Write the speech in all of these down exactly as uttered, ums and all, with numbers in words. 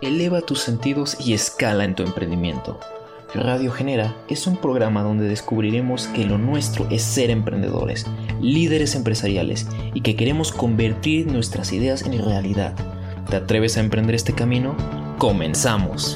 eleva tus sentidos y escala en tu emprendimiento. Radio Genera es un programa donde descubriremos que lo nuestro es ser emprendedores, líderes empresariales y que queremos convertir nuestras ideas en realidad. ¿Te atreves a emprender este camino? ¡Comenzamos!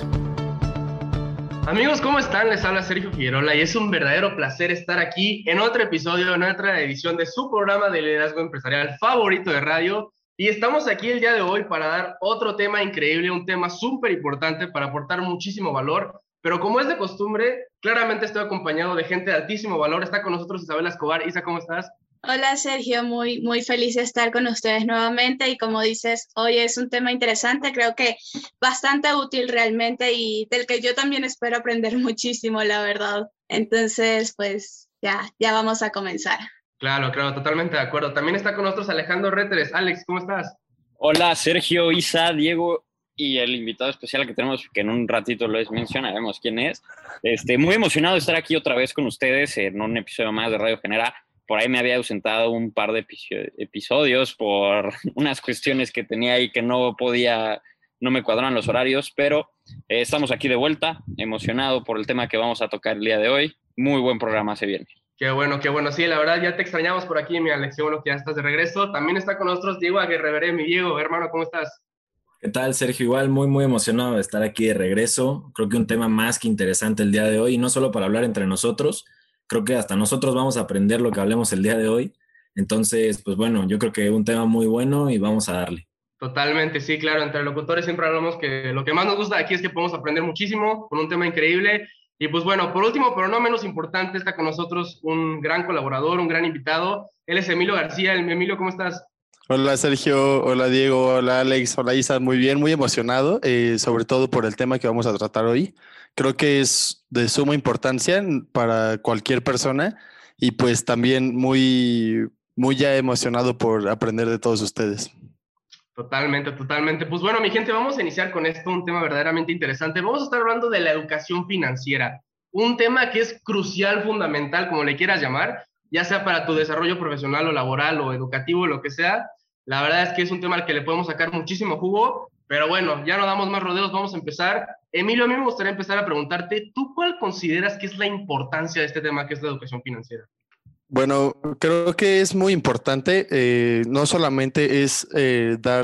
Amigos, ¿cómo están? Les habla Sergio Figueroa y es un verdadero placer estar aquí en otro episodio, en otra edición de su programa de liderazgo empresarial favorito de radio. Y estamos aquí el día de hoy para dar otro tema increíble, un tema súper importante para aportar muchísimo valor. Pero como es de costumbre, claramente estoy acompañado de gente de altísimo valor. Está con nosotros Isabela Escobar. Isa, ¿cómo estás? Hola Sergio, muy, muy feliz de estar con ustedes nuevamente y como dices, hoy es un tema interesante, creo que bastante útil realmente y del que yo también espero aprender muchísimo, la verdad. Entonces, pues ya, ya vamos a comenzar. Claro, claro, totalmente de acuerdo. También está con nosotros Alejandro Réteres. Alex, ¿cómo estás? Hola Sergio, Isa, Diego y el invitado especial que tenemos, que en un ratito les mencionaremos quién es. Este, muy emocionado de estar aquí otra vez con ustedes en un episodio más de Radio Genera. Por ahí me había ausentado un par de episodios por unas cuestiones que tenía ahí que no podía, no me cuadraban los horarios, pero eh, estamos aquí de vuelta, emocionado por el tema que vamos a tocar el día de hoy. Muy buen programa se viene. Qué bueno, qué bueno. Sí, la verdad ya te extrañamos por aquí, mi Alex. Qué bueno que ya estás de regreso. También está con nosotros Diego Aguirre, mi Diego. Hermano, ¿cómo estás? ¿Qué tal, Sergio? Igual muy, muy emocionado de estar aquí de regreso. Creo que un tema más que interesante el día de hoy, y no solo para hablar entre nosotros, creo que hasta nosotros vamos a aprender lo que hablemos el día de hoy. Entonces, pues bueno, yo creo que un tema muy bueno y vamos a darle. Totalmente, sí, claro. Entre locutores siempre hablamos que lo que más nos gusta aquí es que podemos aprender muchísimo con un tema increíble. Y pues bueno, por último, pero no menos importante, está con nosotros un gran colaborador, un gran invitado. Él es Emilio García. Emilio, ¿cómo estás? Hola Sergio, hola Diego, hola Alex, hola Isa, muy bien, muy emocionado, eh, sobre todo por el tema que vamos a tratar hoy. Creo que es de suma importancia para cualquier persona y pues también muy, muy ya emocionado por aprender de todos ustedes. Totalmente, totalmente. Pues bueno, mi gente, vamos a iniciar con esto, un tema verdaderamente interesante. Vamos a estar hablando de la educación financiera, un tema que es crucial, fundamental, como le quieras llamar, ya sea para tu desarrollo profesional o laboral o educativo, lo que sea. La verdad es que es un tema al que le podemos sacar muchísimo jugo, pero bueno, ya no damos más rodeos, vamos a empezar. Emilio, a mí me gustaría empezar a preguntarte, ¿tú cuál consideras que es la importancia de este tema que es la educación financiera? Bueno, creo que es muy importante, eh, no solamente es eh, dar,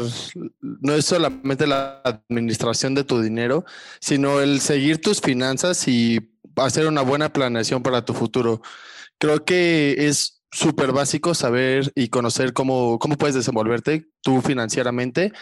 no es solamente la administración de tu dinero, sino el seguir tus finanzas y hacer una buena planeación para tu futuro. Creo que es súper básico saber y conocer cómo, cómo puedes desenvolverte tú financieramente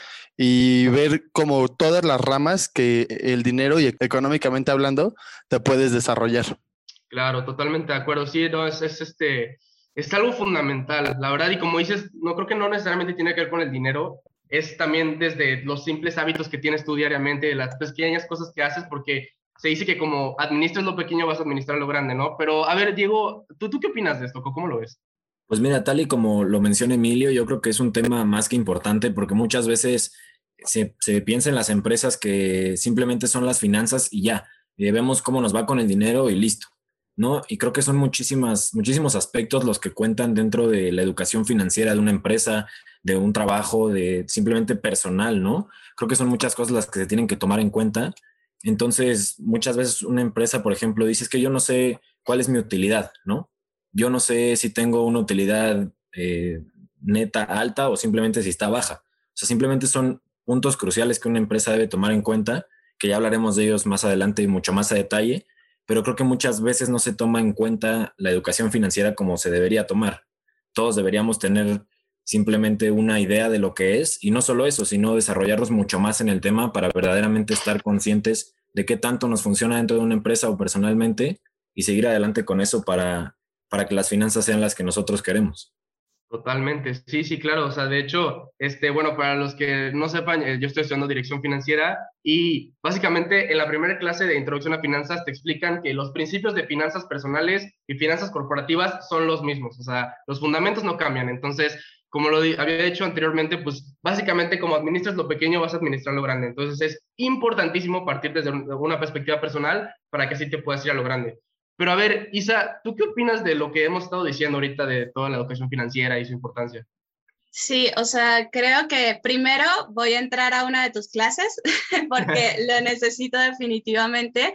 y ver como todas las ramas que el dinero y económicamente hablando te puedes desarrollar. Claro, totalmente de acuerdo. Sí, no, es, es, este, es algo fundamental, la verdad, y como dices, no creo que no necesariamente tiene que ver con el dinero, es también desde los simples hábitos que tienes tú diariamente, las pequeñas cosas que haces, porque se dice que como administras lo pequeño vas a administrar lo grande, ¿no? Pero, a ver, Diego, ¿tú, tú qué opinas de esto? ¿Cómo lo ves? Pues mira, tal y como lo menciona Emilio, yo creo que es un tema más que importante porque muchas veces se, se piensa en las empresas que simplemente son las finanzas y ya, y vemos cómo nos va con el dinero y listo, ¿no? Y creo que son muchísimas, muchísimos aspectos los que cuentan dentro de la educación financiera de una empresa, de un trabajo, de simplemente personal, ¿no? Creo que son muchas cosas las que se tienen que tomar en cuenta. Entonces, muchas veces una empresa, por ejemplo, dice, es que yo no sé cuál es mi utilidad, ¿no? Yo no sé si tengo una utilidad eh, neta alta o simplemente si está baja. O sea, simplemente son puntos cruciales que una empresa debe tomar en cuenta, que ya hablaremos de ellos más adelante y mucho más a detalle, pero creo que muchas veces no se toma en cuenta la educación financiera como se debería tomar. Todos deberíamos tener simplemente una idea de lo que es, y no solo eso, sino desarrollarnos mucho más en el tema para verdaderamente estar conscientes de qué tanto nos funciona dentro de una empresa o personalmente y seguir adelante con eso para, para que las finanzas sean las que nosotros queremos. Totalmente, sí, sí, claro, o sea, de hecho, este, bueno, para los que no sepan, eh, yo estoy estudiando dirección financiera y básicamente en la primera clase de introducción a finanzas te explican que los principios de finanzas personales y finanzas corporativas son los mismos, o sea, los fundamentos no cambian, entonces, como lo había dicho anteriormente, pues básicamente como administras lo pequeño vas a administrar lo grande, entonces es importantísimo partir desde una perspectiva personal para que así te puedas ir a lo grande. Pero a ver, Isa, ¿tú qué opinas de lo que hemos estado diciendo ahorita de toda la educación financiera y su importancia? Sí, o sea, creo que primero voy a entrar a una de tus clases porque lo necesito definitivamente.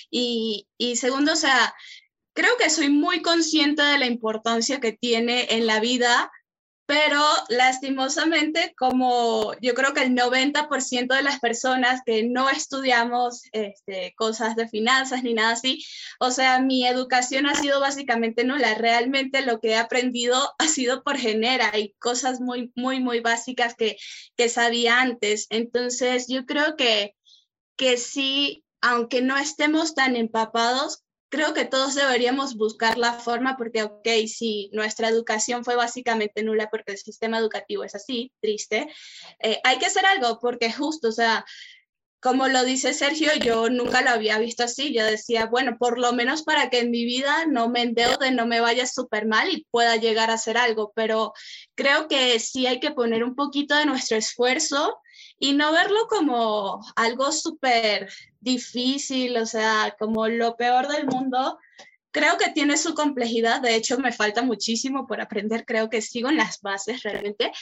Y, y segundo, o sea, creo que soy muy consciente de la importancia que tiene en la vida, pero lastimosamente, como yo creo que el noventa por ciento de las personas que no estudiamos este, cosas de finanzas ni nada así, o sea, mi educación ha sido básicamente nula. Realmente lo que he aprendido ha sido por genera y cosas muy, muy, muy básicas que, que sabía antes. Entonces, yo creo que, que sí, aunque no estemos tan empapados, creo que todos deberíamos buscar la forma porque, ok, sí, nuestra educación fue básicamente nula porque el sistema educativo es así, triste, eh, hay que hacer algo porque justo, o sea, como lo dice Sergio, yo nunca lo había visto así. Yo decía, bueno, por lo menos para que en mi vida no me endeude, no me vaya súper mal y pueda llegar a hacer algo. Pero creo que sí hay que poner un poquito de nuestro esfuerzo y no verlo como algo súper difícil, o sea, como lo peor del mundo. Creo que tiene su complejidad. De hecho, me falta muchísimo por aprender. Creo que sigo en las bases realmente.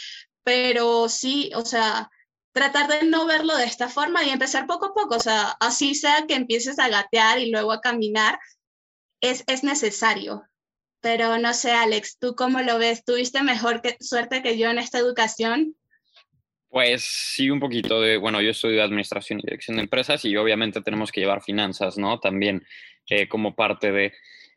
Pero sí, o sea, tratar de no verlo de esta forma y empezar poco a poco, o sea, así sea que empieces a gatear y luego a caminar, es, es necesario. Pero no sé, Alex, ¿tú cómo lo ves? ¿Tuviste mejor que, suerte que yo en esta educación? Pues sí, un poquito de, bueno, yo estudio administración y dirección de empresas y obviamente tenemos que llevar finanzas, ¿no? También eh, como parte de...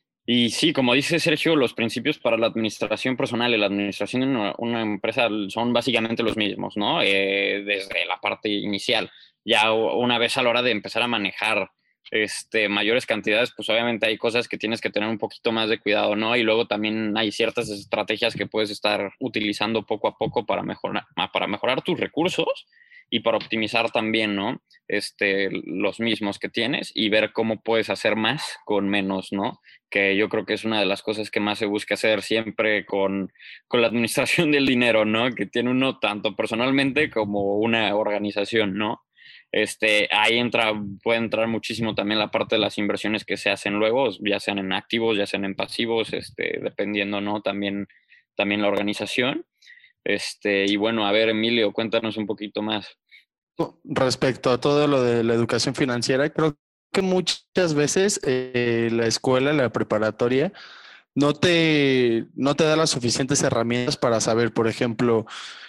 Y sí, como dice Sergio, los principios para la administración personal y la administración de una, una empresa son básicamente los mismos, ¿no? Eh, desde la parte inicial. Ya una vez a la hora de empezar a manejar este, mayores cantidades, pues obviamente hay cosas que tienes que tener un poquito más de cuidado, ¿no? Y luego también hay ciertas estrategias que puedes estar utilizando poco a poco para mejorar, para mejorar tus recursos y para optimizar también, ¿no? Este, los mismos que tienes y ver cómo puedes hacer más con menos, ¿no? Que yo creo que es una de las cosas que más se busca hacer siempre con, con la administración del dinero, ¿no? Que tiene uno tanto personalmente como una organización, ¿no? Este, ahí entra, puede entrar muchísimo también la parte de las inversiones que se hacen luego, ya sean en activos, ya sean en pasivos, este, dependiendo, ¿no? También, también la organización. Este, y bueno, a ver, Emilio, cuéntanos un poquito más. Respecto a todo lo de la educación financiera, creo que muchas veces eh, la escuela, la preparatoria, no te, no te da las suficientes herramientas para saber, por ejemplo,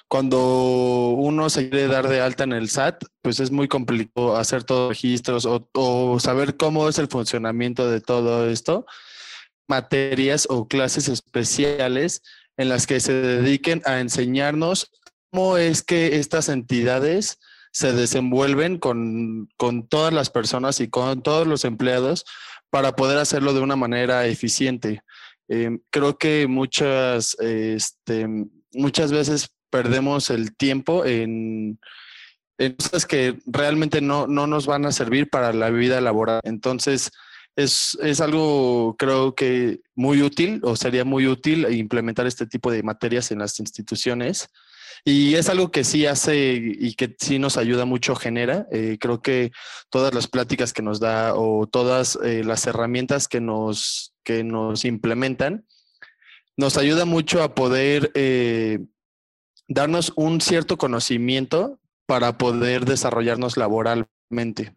cuando uno se quiere dar de alta en el S A T, pues es muy complicado hacer todos los registros o, o saber cómo es el funcionamiento de todo esto. Materias o clases especiales en las que se dediquen a enseñarnos cómo es que estas entidades se desenvuelven con, con todas las personas y con todos los empleados para poder hacerlo de una manera eficiente. Eh, creo que muchas, este, muchas veces perdemos el tiempo en, en cosas que realmente no, no nos van a servir para la vida laboral. Entonces, es, es algo creo que muy útil o sería muy útil implementar este tipo de materias en las instituciones. Y es algo que sí hace y que sí nos ayuda mucho, genera. Eh, creo que todas las pláticas que nos da o todas eh, las herramientas que nos, que nos implementan, nos ayuda mucho a poder eh, darnos un cierto conocimiento para poder desarrollarnos laboralmente.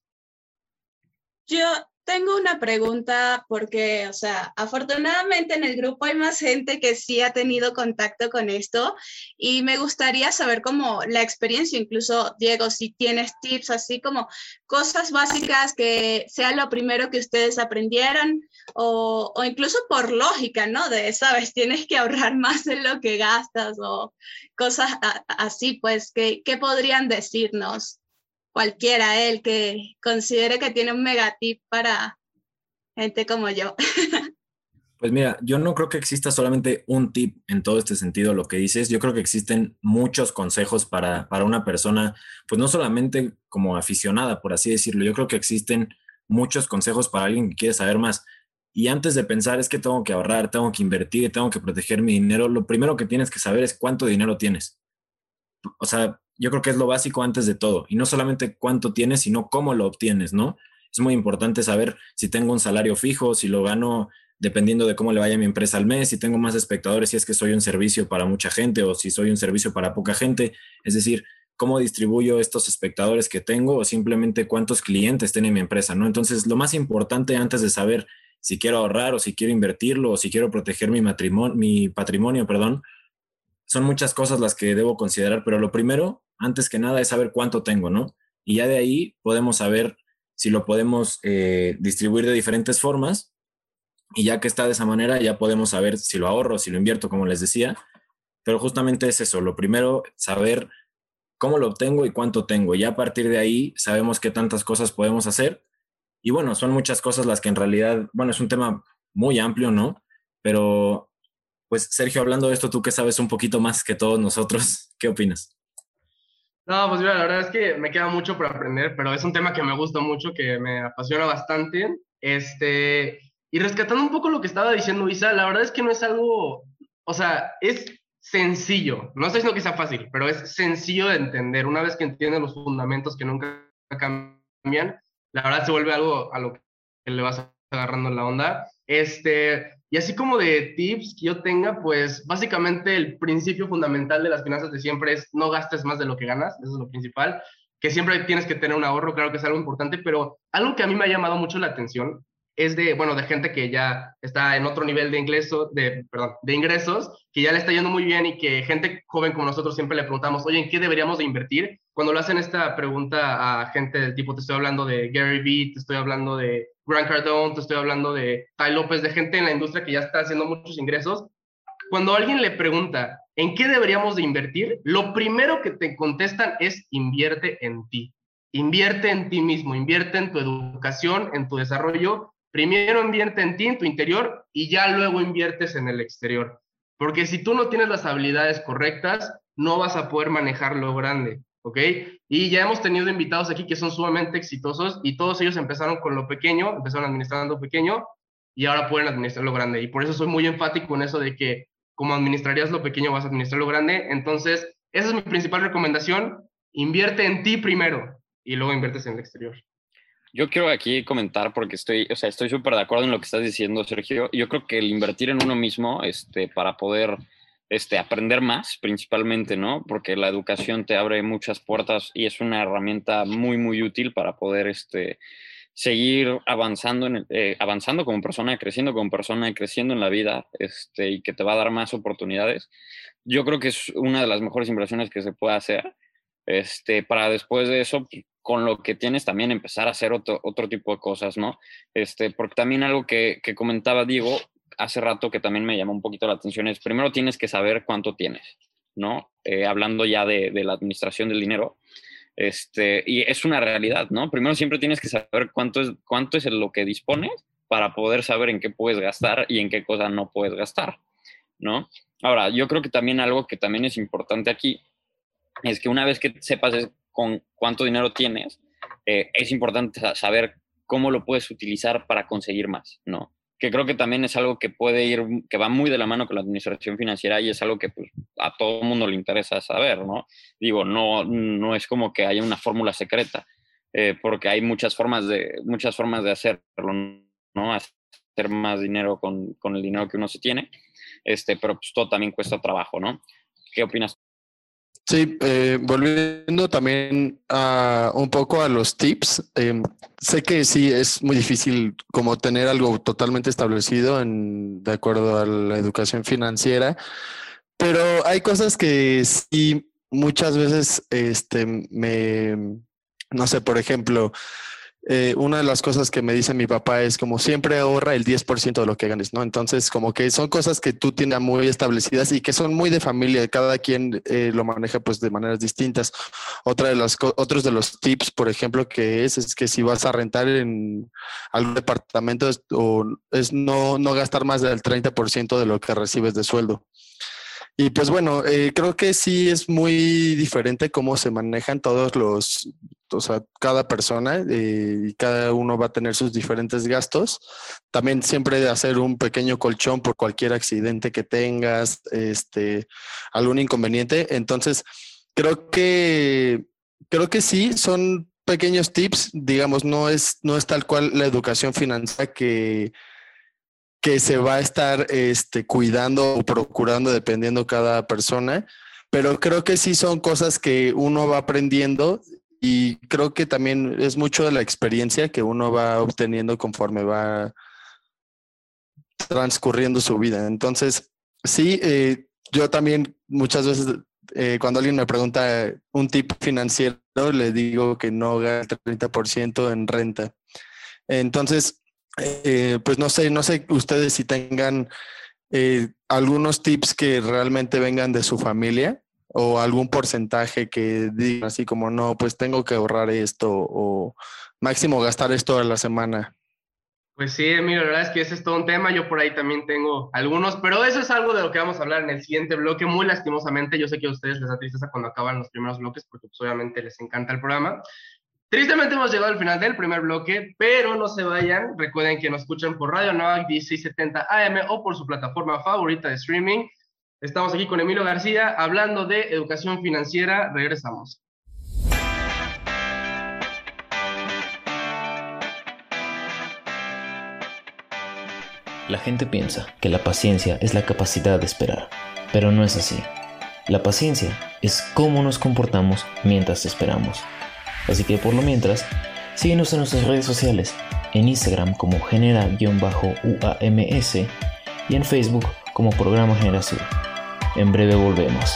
Yo tengo una pregunta porque, o sea, afortunadamente en el grupo hay más gente que sí ha tenido contacto con esto y me gustaría saber cómo la experiencia, incluso Diego, si tienes tips así como cosas básicas que sea lo primero que ustedes aprendieron o, o incluso por lógica, ¿no? De, sabes, tienes que ahorrar más de lo que gastas o cosas a, así, pues, ¿qué, qué podrían decirnos? Cualquiera, el que considere que tiene un megatip para gente como yo. Pues mira, yo no creo que exista solamente un tip en todo este sentido, lo que dices. Yo creo que existen muchos consejos para, para una persona, pues no solamente como aficionada, por así decirlo. Yo creo que existen muchos consejos para alguien que quiere saber más. Y antes de pensar es que tengo que ahorrar, tengo que invertir, tengo que proteger mi dinero, lo primero que tienes que saber es cuánto dinero tienes. O sea, yo creo que es lo básico antes de todo. Y no solamente cuánto tienes, sino cómo lo obtienes, ¿no? Es muy importante saber si tengo un salario fijo, si lo gano dependiendo de cómo le vaya a mi empresa al mes, si tengo más espectadores, si es que soy un servicio para mucha gente o si soy un servicio para poca gente. Es decir, cómo distribuyo estos espectadores que tengo o simplemente cuántos clientes tiene mi empresa, ¿no? Entonces, lo más importante antes de saber si quiero ahorrar o si quiero invertirlo o si quiero proteger mi matrimonio, mi patrimonio, perdón, son muchas cosas las que debo considerar, pero lo primero, antes que nada, es saber cuánto tengo, ¿no? Y ya de ahí podemos saber si lo podemos eh, distribuir de diferentes formas, y ya que está de esa manera, ya podemos saber si lo ahorro, si lo invierto, como les decía, pero justamente es eso, lo primero, saber cómo lo obtengo y cuánto tengo. Ya a partir de ahí sabemos qué tantas cosas podemos hacer. Y bueno, son muchas cosas las que en realidad, bueno, es un tema muy amplio, ¿no? Pero, pues, Sergio, hablando de esto, tú que sabes un poquito más que todos nosotros, ¿qué opinas? No, pues mira, la verdad es que me queda mucho por aprender, pero es un tema que me gusta mucho, que me apasiona bastante. Este, y rescatando un poco lo que estaba diciendo Isa, la verdad es que no es algo, o sea, es sencillo. No estoy diciendo que sea fácil, pero es sencillo de entender. Una vez que entiendes los fundamentos que nunca cambian, la verdad se vuelve algo a lo que le vas agarrando la onda. Este, y así como de tips que yo tenga, pues básicamente el principio fundamental de las finanzas de siempre es no gastes más de lo que ganas, eso es lo principal, que siempre tienes que tener un ahorro, claro que es algo importante, pero algo que a mí me ha llamado mucho la atención es de, bueno, de gente que ya está en otro nivel de ingreso, de, perdón, de ingresos, que ya le está yendo muy bien y que gente joven como nosotros siempre le preguntamos, oye, ¿en qué deberíamos de invertir? Cuando le hacen esta pregunta a gente del tipo, te estoy hablando de Gary Vee, te estoy hablando de Grant Cardone, te estoy hablando de Tai López, de gente en la industria que ya está haciendo muchos ingresos. Cuando alguien le pregunta, ¿en qué deberíamos de invertir? Lo primero que te contestan es invierte en ti. Invierte en ti mismo, invierte en tu educación, en tu desarrollo. Primero invierte en ti, en tu interior, y ya luego inviertes en el exterior. Porque si tú no tienes las habilidades correctas, no vas a poder manejar lo grande, ¿ok? Y ya hemos tenido invitados aquí que son sumamente exitosos y todos ellos empezaron con lo pequeño, empezaron administrando pequeño y ahora pueden administrar lo grande. Y por eso soy muy enfático en eso de que como administrarías lo pequeño, vas a administrar lo grande. Entonces, esa es mi principal recomendación. Invierte en ti primero y luego inviertes en el exterior. Yo quiero aquí comentar porque estoy, o sea, estoy súper de acuerdo en lo que estás diciendo, Sergio. Yo creo que el invertir en uno mismo, este, para poder, este, aprender más, principalmente, ¿no? Porque la educación te abre muchas puertas y es una herramienta muy, muy útil para poder, este, seguir avanzando, en, eh, avanzando como persona, creciendo como persona, creciendo en la vida, este, y que te va a dar más oportunidades. Yo creo que es una de las mejores inversiones que se puede hacer. Este, para después de eso, con lo que tienes también empezar a hacer otro, otro tipo de cosas, ¿no? Este, porque también algo que, que comentaba Diego hace rato que también me llamó un poquito la atención es, primero tienes que saber cuánto tienes, ¿no? Eh, hablando ya de, de la administración del dinero, este, y es una realidad, ¿no? Primero siempre tienes que saber cuánto es, cuánto es lo que dispones para poder saber en qué puedes gastar y en qué cosa no puedes gastar, ¿no? Ahora, yo creo que también algo que también es importante aquí es que una vez que sepas con cuánto dinero tienes, eh, es importante saber cómo lo puedes utilizar para conseguir más, ¿no? Que creo que también es algo que puede ir, que va muy de la mano con la administración financiera y es algo que pues, a todo el mundo le interesa saber, ¿no? Digo, no, no es como que haya una fórmula secreta, eh, porque hay muchas formas de, muchas formas de hacerlo, ¿no? Hacer más dinero con, con el dinero que uno se tiene, este, pero pues todo también cuesta trabajo, ¿no? ¿Qué opinas? Sí, eh, volviendo también a un poco a los tips, eh, sé que sí es muy difícil como tener algo totalmente establecido en, de acuerdo a la educación financiera, pero hay cosas que sí muchas veces este, me, no sé, por ejemplo, eh, una de las cosas que me dice mi papá es como siempre ahorra el diez por ciento de lo que ganes, ¿no? Entonces, como que son cosas que tú tienes muy establecidas y que son muy de familia, cada quien eh, lo maneja pues de maneras distintas. Otra de las otros de los tips, por ejemplo, que es, es que si vas a rentar en algún departamento es, o es no, no gastar más del treinta por ciento de lo que recibes de sueldo. Y pues bueno, eh, creo que sí es muy diferente cómo se manejan todos los, o sea, cada persona eh, y cada uno va a tener sus diferentes gastos. También siempre de hacer un pequeño colchón por cualquier accidente que tengas, este, algún inconveniente. Entonces, creo que, creo que sí, son pequeños tips, digamos, no es, no es tal cual la educación financiera que que se va a estar este, cuidando o procurando dependiendo cada persona, pero creo que sí son cosas que uno va aprendiendo y creo que también es mucho de la experiencia que uno va obteniendo conforme va transcurriendo su vida. Entonces, sí, eh, yo también muchas veces eh, cuando alguien me pregunta un tip financiero, le digo que no gane el treinta por ciento en renta. Entonces, eh, pues no sé, no sé ustedes si tengan eh, algunos tips que realmente vengan de su familia o algún porcentaje que digan así como, no, pues tengo que ahorrar esto o máximo gastar esto a la semana. Pues sí, Emilio, la verdad es que ese es todo un tema. Yo por ahí también tengo algunos, pero eso es algo de lo que vamos a hablar en el siguiente bloque. Muy lastimosamente, yo sé que a ustedes les da tristeza cuando acaban los primeros bloques, porque pues, obviamente les encanta el programa. Tristemente hemos llegado al final del primer bloque, pero no se vayan. Recuerden que nos escuchan por Radio Navac dieciséis setenta A M o por su plataforma favorita de streaming. Estamos aquí con Emilio García hablando de educación financiera. Regresamos. La gente piensa que la paciencia es la capacidad de esperar, pero no es así. La paciencia es cómo nos comportamos mientras esperamos. Así que por lo mientras, síguenos en nuestras redes sociales, en Instagram como genera-U A M S y en Facebook como Programa Genera Sur. En breve volvemos.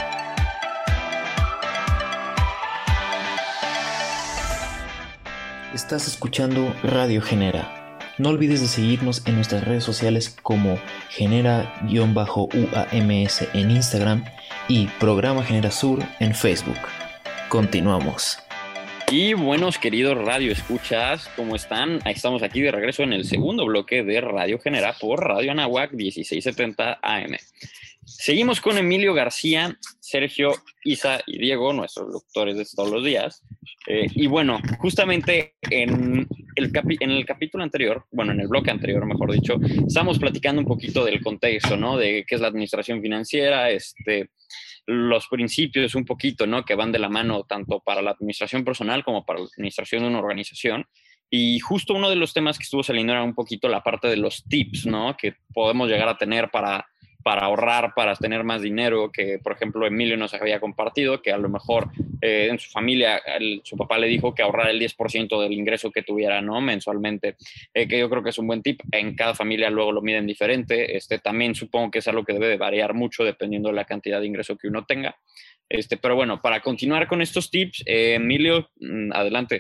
Estás escuchando Radio Genera. No olvides de seguirnos en nuestras redes sociales como genera-U A M S en Instagram y Programa Genera Sur en Facebook. Continuamos. Y buenos queridos Radio Escuchas, ¿cómo están? Estamos aquí de regreso en el segundo bloque de Radio Genera por Radio Anáhuac dieciséis setenta A M. Seguimos con Emilio García, Sergio, Isa y Diego, nuestros doctores de todos los días. Eh, y bueno, justamente en el, capi- en el capítulo anterior, bueno, en el bloque anterior, mejor dicho, estamos platicando un poquito del contexto, ¿no? De qué es la administración financiera, este, los principios un poquito, ¿no? Que van de la mano tanto para la administración personal como para la administración de una organización. Y justo uno de los temas que estuvo saliendo era un poquito la parte de los tips, ¿no? Que podemos llegar a tener para... para ahorrar, para tener más dinero, que por ejemplo Emilio nos había compartido, que a lo mejor eh, en su familia el, su papá le dijo que ahorrara el diez por ciento del ingreso que tuviera, ¿no? Mensualmente, eh, que yo creo que es un buen tip. En cada familia luego lo miden diferente. Este, también supongo que es algo que debe de variar mucho dependiendo de la cantidad de ingreso que uno tenga. Este, pero bueno, para continuar con estos tips, eh, Emilio, adelante.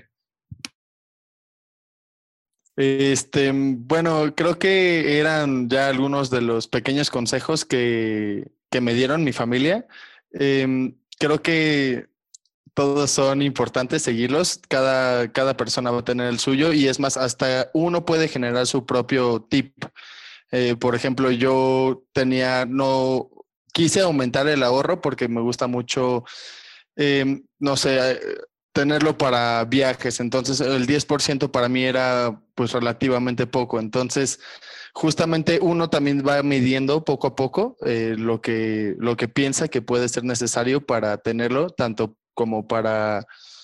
Este, bueno, creo que eran ya algunos de los pequeños consejos que, que me dieron mi familia. Eh, creo que todos son importantes seguirlos. Cada, cada persona va a tener el suyo y es más, hasta uno puede generar su propio tip. Eh, por ejemplo, yo tenía, no, quise aumentar el ahorro porque me gusta mucho, eh, no sé, tenerlo para viajes. Entonces el diez por ciento para mí era pues relativamente poco. Entonces justamente uno también va midiendo poco a poco eh, lo que, lo que piensa que puede ser necesario para tenerlo, tanto como para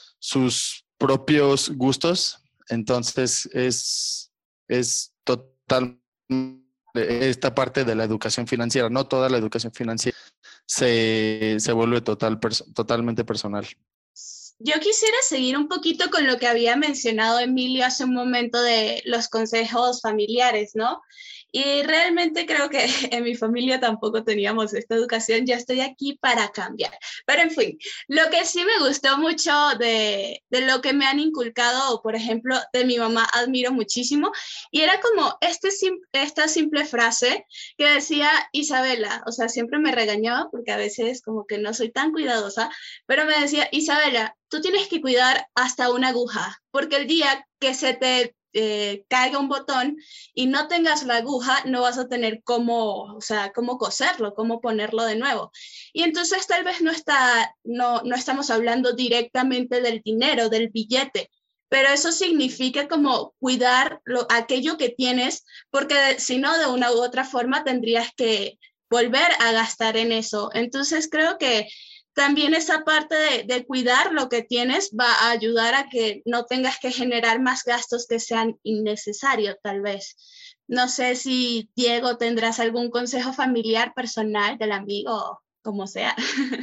sus propios gustos. Entonces es, es total esta parte de la educación financiera. No toda la educación financiera se, se vuelve total, totalmente personal. Yo quisiera seguir un poquito con lo que había mencionado Emilio hace un momento de los consejos familiares, ¿no? Y realmente creo que en mi familia tampoco teníamos esta educación. Ya estoy aquí para cambiar. Pero en fin, lo que sí me gustó mucho de, de lo que me han inculcado, por ejemplo, de mi mamá, admiro muchísimo. Y era como este, esta simple frase que decía Isabela, o sea, siempre me regañaba porque a veces como que no soy tan cuidadosa, pero me decía, Isabela, tú tienes que cuidar hasta una aguja, porque el día que se te eh, caiga un botón y no tengas la aguja, no vas a tener cómo, o sea, cómo coserlo, cómo ponerlo de nuevo. Y entonces tal vez no, está, no, no estamos hablando directamente del dinero, del billete, pero eso significa como cuidar lo, aquello que tienes, porque si no, de una u otra forma tendrías que volver a gastar en eso. Entonces creo que también esa parte de, de cuidar lo que tienes va a ayudar a que no tengas que generar más gastos que sean innecesarios, tal vez. No sé si, Diego, tendrás algún consejo familiar, personal, del amigo, como sea.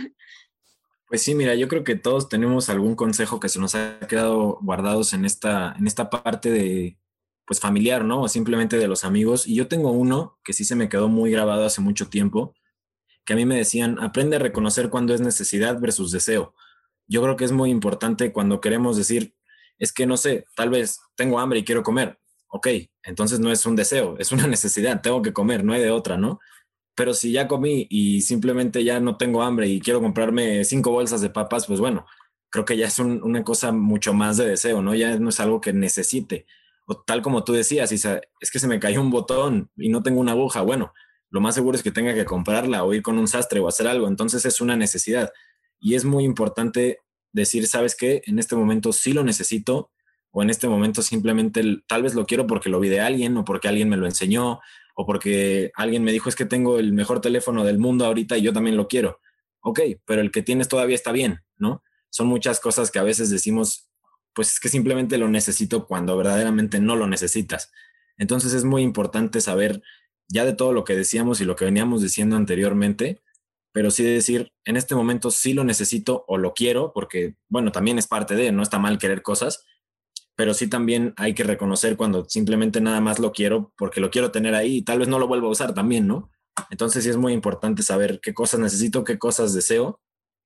Pues sí, mira, yo creo que todos tenemos algún consejo que se nos ha quedado guardados en esta, en esta parte de, pues familiar, ¿no? O simplemente de los amigos. Y yo tengo uno que sí se me quedó muy grabado hace mucho tiempo, que a mí me decían, aprende a reconocer cuándo es necesidad versus deseo. Yo creo que es muy importante cuando queremos decir, es que no sé, tal vez tengo hambre y quiero comer. Ok, entonces no es un deseo, es una necesidad, tengo que comer, no hay de otra, ¿no? Pero si ya comí y simplemente ya no tengo hambre y quiero comprarme cinco bolsas de papas, pues bueno, creo que ya es un, una cosa mucho más de deseo, ¿no? Ya no es algo que necesite. O tal como tú decías, Isa, es que se me cayó un botón y no tengo una aguja. Bueno, lo más seguro es que tenga que comprarla o ir con un sastre o hacer algo. Entonces es una necesidad. Y es muy importante decir, ¿sabes qué? En este momento sí lo necesito o en este momento simplemente tal vez lo quiero porque lo vi de alguien o porque alguien me lo enseñó o porque alguien me dijo es que tengo el mejor teléfono del mundo ahorita y yo también lo quiero. Ok, pero el que tienes todavía está bien, ¿no? Son muchas cosas que a veces decimos, pues es que simplemente lo necesito cuando verdaderamente no lo necesitas. Entonces es muy importante saber ya de todo lo que decíamos y lo que veníamos diciendo anteriormente, pero sí decir, en este momento sí lo necesito o lo quiero, porque, bueno, también es parte de, no está mal querer cosas, pero sí también hay que reconocer cuando simplemente nada más lo quiero porque lo quiero tener ahí y tal vez no lo vuelva a usar también, ¿no? Entonces sí es muy importante saber qué cosas necesito, qué cosas deseo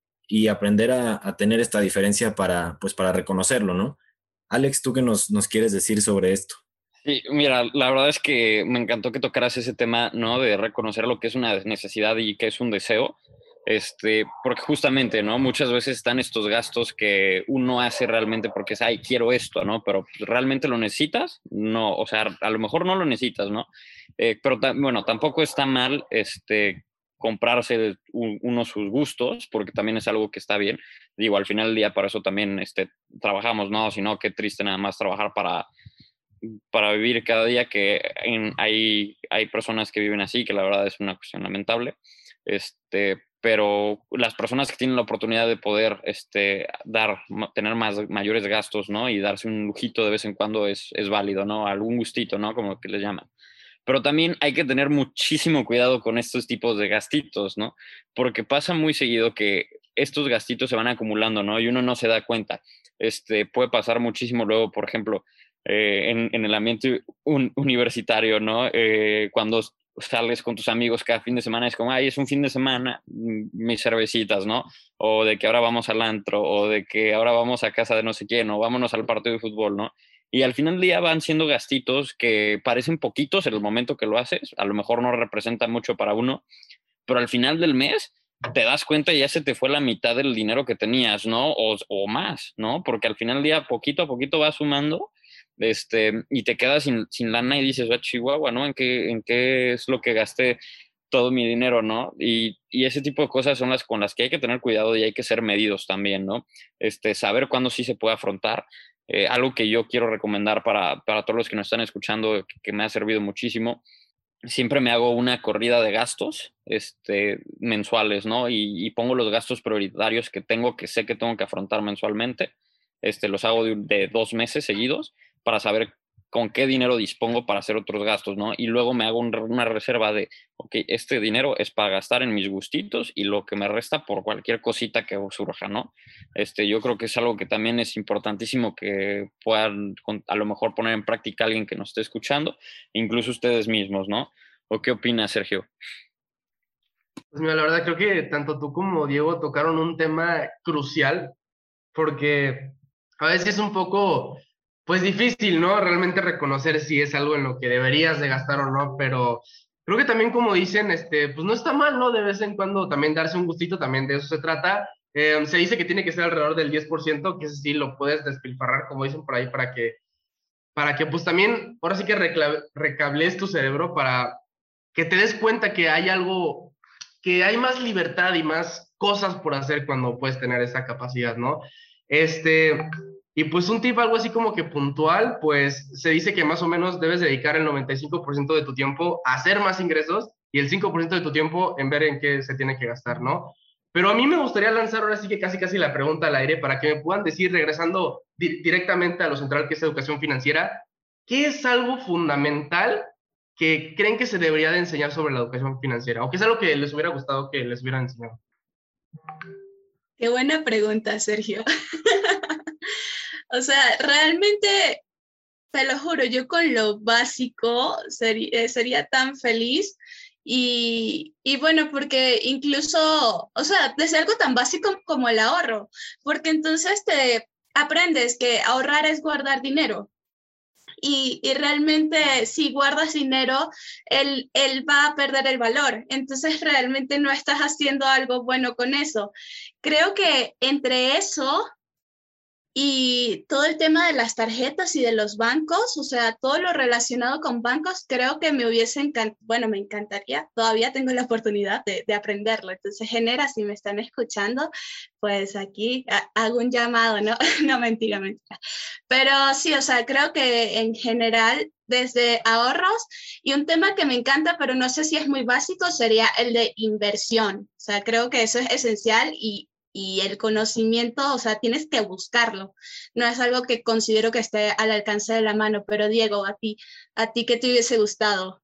y aprender a, a tener esta diferencia para, pues, para reconocerlo, ¿no? Alex, ¿tú qué nos, nos quieres decir sobre esto? Sí, mira, la verdad es que me encantó que tocaras ese tema, ¿no? De reconocer lo que es una necesidad y qué es un deseo. Este, porque justamente, ¿no? Muchas veces están estos gastos que uno hace realmente porque es, ay, quiero esto, ¿no? Pero ¿realmente lo necesitas? No, o sea, a lo mejor no lo necesitas, ¿no? Eh, pero bueno, tampoco está mal, este, comprarse un, uno sus gustos, porque también es algo que está bien. Digo, al final del día para eso también, este, trabajamos, ¿no? Si no, qué triste nada más trabajar para para vivir cada día, que en, hay, hay personas que viven así, que la verdad es una cuestión lamentable, este, pero las personas que tienen la oportunidad de poder este, dar, tener más, mayores gastos, ¿no? Y darse un lujito de vez en cuando es, es válido, ¿no? Algún gustito, ¿no? Como que les llaman. Pero también hay que tener muchísimo cuidado con estos tipos de gastitos, ¿no? Porque pasa muy seguido que estos gastitos se van acumulando, ¿no? Y uno no se da cuenta. Este, puede pasar muchísimo luego, por ejemplo, eh, en, en, el ambiente un, universitario, ¿no? Eh, cuando sales con tus amigos cada fin de semana, es como, ay, es un fin de semana, mis cervecitas, ¿no? O de que ahora vamos al antro, o de que ahora vamos a casa de no sé quién, o vámonos al partido de fútbol, ¿no? Y al final del día van siendo gastitos que parecen poquitos en el momento que lo haces, a lo mejor no representa mucho para uno, pero al final del mes te das cuenta y ya se te fue la mitad del dinero que tenías, ¿no? O, o más, ¿no? Porque al final del día poquito a poquito vas sumando este, y te quedas sin, sin lana y dices, ah, Chihuahua, ¿no? ¿En qué, ¿En qué es lo que gasté todo mi dinero, ¿no? Y, y ese tipo de cosas son las con las que hay que tener cuidado y hay que ser medidos también, ¿no? Este, saber cuándo sí se puede afrontar. Eh, algo que yo quiero recomendar para, para todos los que nos están escuchando, que, que me ha servido muchísimo, siempre me hago una corrida de gastos este, mensuales, ¿no? Y, y pongo los gastos prioritarios que tengo, que sé que tengo que afrontar mensualmente. Este, los hago de, de dos meses seguidos para saber con qué dinero dispongo para hacer otros gastos, ¿no? Y luego me hago un, una reserva de, ok, este dinero es para gastar en mis gustitos y lo que me resta por cualquier cosita que surja, ¿no? Este, yo creo que es algo que también es importantísimo que puedan a lo mejor poner en práctica alguien que nos esté escuchando, incluso ustedes mismos, ¿no? ¿O qué opinas, Sergio? Pues mira, la verdad creo que tanto tú como Diego tocaron un tema crucial, porque a veces es un poco, pues difícil, ¿no? Realmente reconocer si es algo en lo que deberías de gastar o no, pero creo que también como dicen, este, pues no está mal, ¿no? De vez en cuando también darse un gustito, también de eso se trata. Eh, se dice que tiene que ser alrededor del diez por ciento, que ese sí lo puedes despilfarrar, como dicen por ahí, para que, para que pues también, ahora sí que recablees tu cerebro para que te des cuenta que hay algo, que hay más libertad y más cosas por hacer cuando puedes tener esa capacidad, ¿no? Este, y pues un tip algo así como que puntual, pues se dice que más o menos debes dedicar el noventa y cinco por ciento de tu tiempo a hacer más ingresos y el cinco por ciento de tu tiempo en ver en qué se tiene que gastar, ¿no? Pero a mí me gustaría lanzar ahora sí que casi casi la pregunta al aire para que me puedan decir, regresando di directamente a lo central que es educación financiera, ¿qué es algo fundamental que creen que se debería de enseñar sobre la educación financiera, o que es algo que les hubiera gustado que les hubieran enseñado. Qué buena pregunta, Sergio. O sea, realmente, te lo juro, yo con lo básico sería, sería tan feliz. Y, y bueno, porque incluso, o sea, desde algo tan básico como el ahorro, porque entonces te aprendes que ahorrar es guardar dinero. Y, y realmente si guardas dinero, él, él va a perder el valor. Entonces realmente no estás haciendo algo bueno con eso. Creo que entre eso y todo el tema de las tarjetas y de los bancos, o sea, todo lo relacionado con bancos, creo que me hubiese encantado, bueno, me encantaría, todavía tengo la oportunidad de, de aprenderlo. Entonces, Genera, si me están escuchando, pues aquí hago un llamado, ¿no? No, mentira, mentira. Pero sí, o sea, creo que en general, desde ahorros, y un tema que me encanta, pero no sé si es muy básico, sería el de inversión. O sea, creo que eso es esencial y y el conocimiento, o sea, tienes que buscarlo. No es algo que considero que esté al alcance de la mano, pero Diego, a ti, ¿a ti qué te hubiese gustado?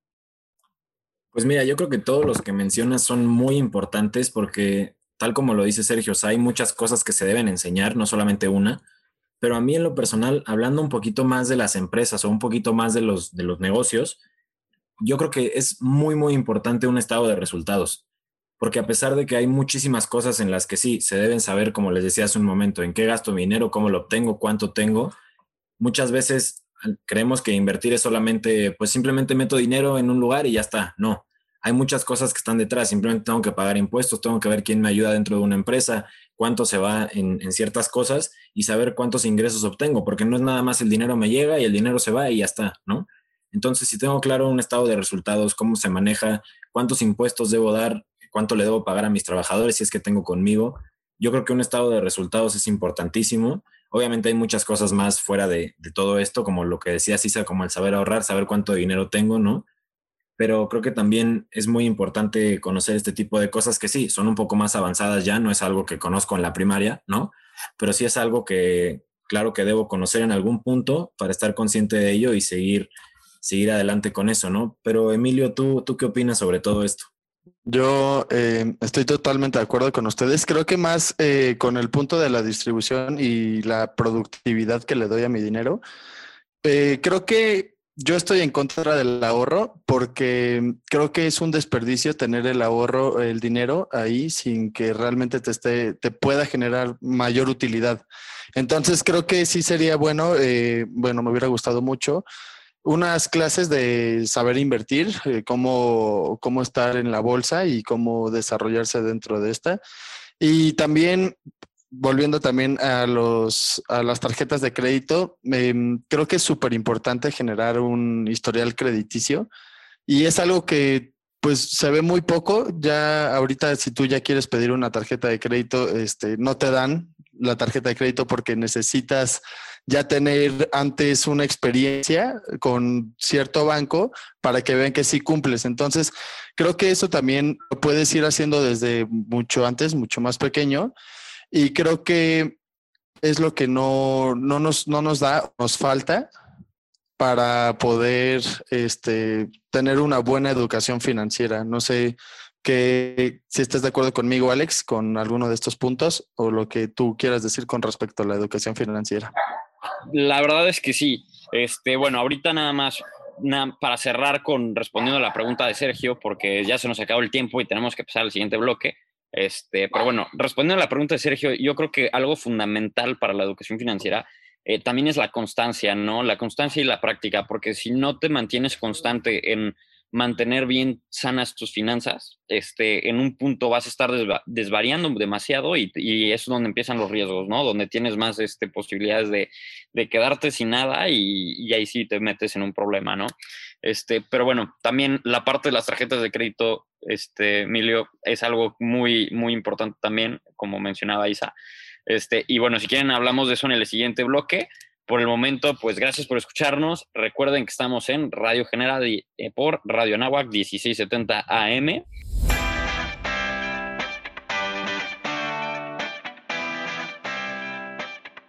Pues mira, yo creo que todos los que mencionas son muy importantes porque, tal como lo dice Sergio, o sea, hay muchas cosas que se deben enseñar, no solamente una, pero a mí en lo personal, hablando un poquito más de las empresas o un poquito más de los, de los negocios, yo creo que es muy, muy importante un estado de resultados. Porque a pesar de que hay muchísimas cosas en las que sí, se deben saber, como les decía hace un momento, en qué gasto mi dinero, cómo lo obtengo, cuánto tengo, muchas veces creemos que invertir es solamente, pues simplemente meto dinero en un lugar y ya está. No, hay muchas cosas que están detrás. Simplemente tengo que pagar impuestos, tengo que ver quién me ayuda dentro de una empresa, cuánto se va en, en ciertas cosas y saber cuántos ingresos obtengo, porque no es nada más el dinero me llega y el dinero se va y ya está, ¿no? Entonces, si tengo claro un estado de resultados, cómo se maneja, cuántos impuestos debo dar, cuánto le debo pagar a mis trabajadores si es que tengo conmigo, yo creo que un estado de resultados es importantísimo. Obviamente hay muchas cosas más fuera de, de todo esto, como lo que decía Cisa, como el saber ahorrar, saber cuánto dinero tengo, ¿no? Pero creo que también es muy importante conocer este tipo de cosas que sí, son un poco más avanzadas ya, no es algo que conozco en la primaria, ¿no? Pero sí es algo que, claro que debo conocer en algún punto para estar consciente de ello y seguir, seguir adelante con eso, ¿no? Pero Emilio, ¿tú, tú qué opinas sobre todo esto? Yo eh, estoy totalmente de acuerdo con ustedes. Creo que más eh, con el punto de la distribución y la productividad que le doy a mi dinero. Eh, creo que yo estoy en contra del ahorro porque creo que es un desperdicio tener el ahorro, el dinero ahí sin que realmente te esté, te pueda generar mayor utilidad. Entonces creo que sí sería bueno, eh, bueno, me hubiera gustado mucho unas clases de saber invertir, eh, cómo, cómo estar en la bolsa y cómo desarrollarse dentro de esta. Y también, volviendo también a, los, a las tarjetas de crédito, eh, creo que es súper importante generar un historial crediticio y es algo que pues se ve muy poco. Ya ahorita si tú ya quieres pedir una tarjeta de crédito, este, no te dan la tarjeta de crédito porque necesitas ya tener antes una experiencia con cierto banco para que vean que sí cumples. Entonces, creo que eso también lo puedes ir haciendo desde mucho antes, mucho más pequeño. Y creo que es lo que no, no, nos, no nos da, nos falta para poder este, tener una buena educación financiera. No sé que, si estás de acuerdo conmigo, Alex, con alguno de estos puntos o lo que tú quieras decir con respecto a la educación financiera. La verdad es que sí. Este, bueno, ahorita nada más na, para cerrar con respondiendo a la pregunta de Sergio, porque ya se nos acabó el tiempo y tenemos que pasar al siguiente bloque. Este, pero bueno, respondiendo a la pregunta de Sergio, yo creo que algo fundamental para la educación financiera eh, también es la constancia, ¿no? La constancia y la práctica, porque si no te mantienes constante en mantener bien sanas tus finanzas, este, en un punto vas a estar desva desvariando demasiado y, y es donde empiezan los riesgos, ¿no? Donde tienes más este, posibilidades de, de quedarte sin nada y, y ahí sí te metes en un problema, ¿no? Este, pero bueno, también la parte de las tarjetas de crédito, este, Emilio, es algo muy, muy importante también, como mencionaba Isa. Este, y bueno, si quieren hablamos de eso en el siguiente bloque. Por el momento, pues gracias por escucharnos. Recuerden que estamos en Radio Genera eh, por Radio Anáhuac dieciséis setenta A M.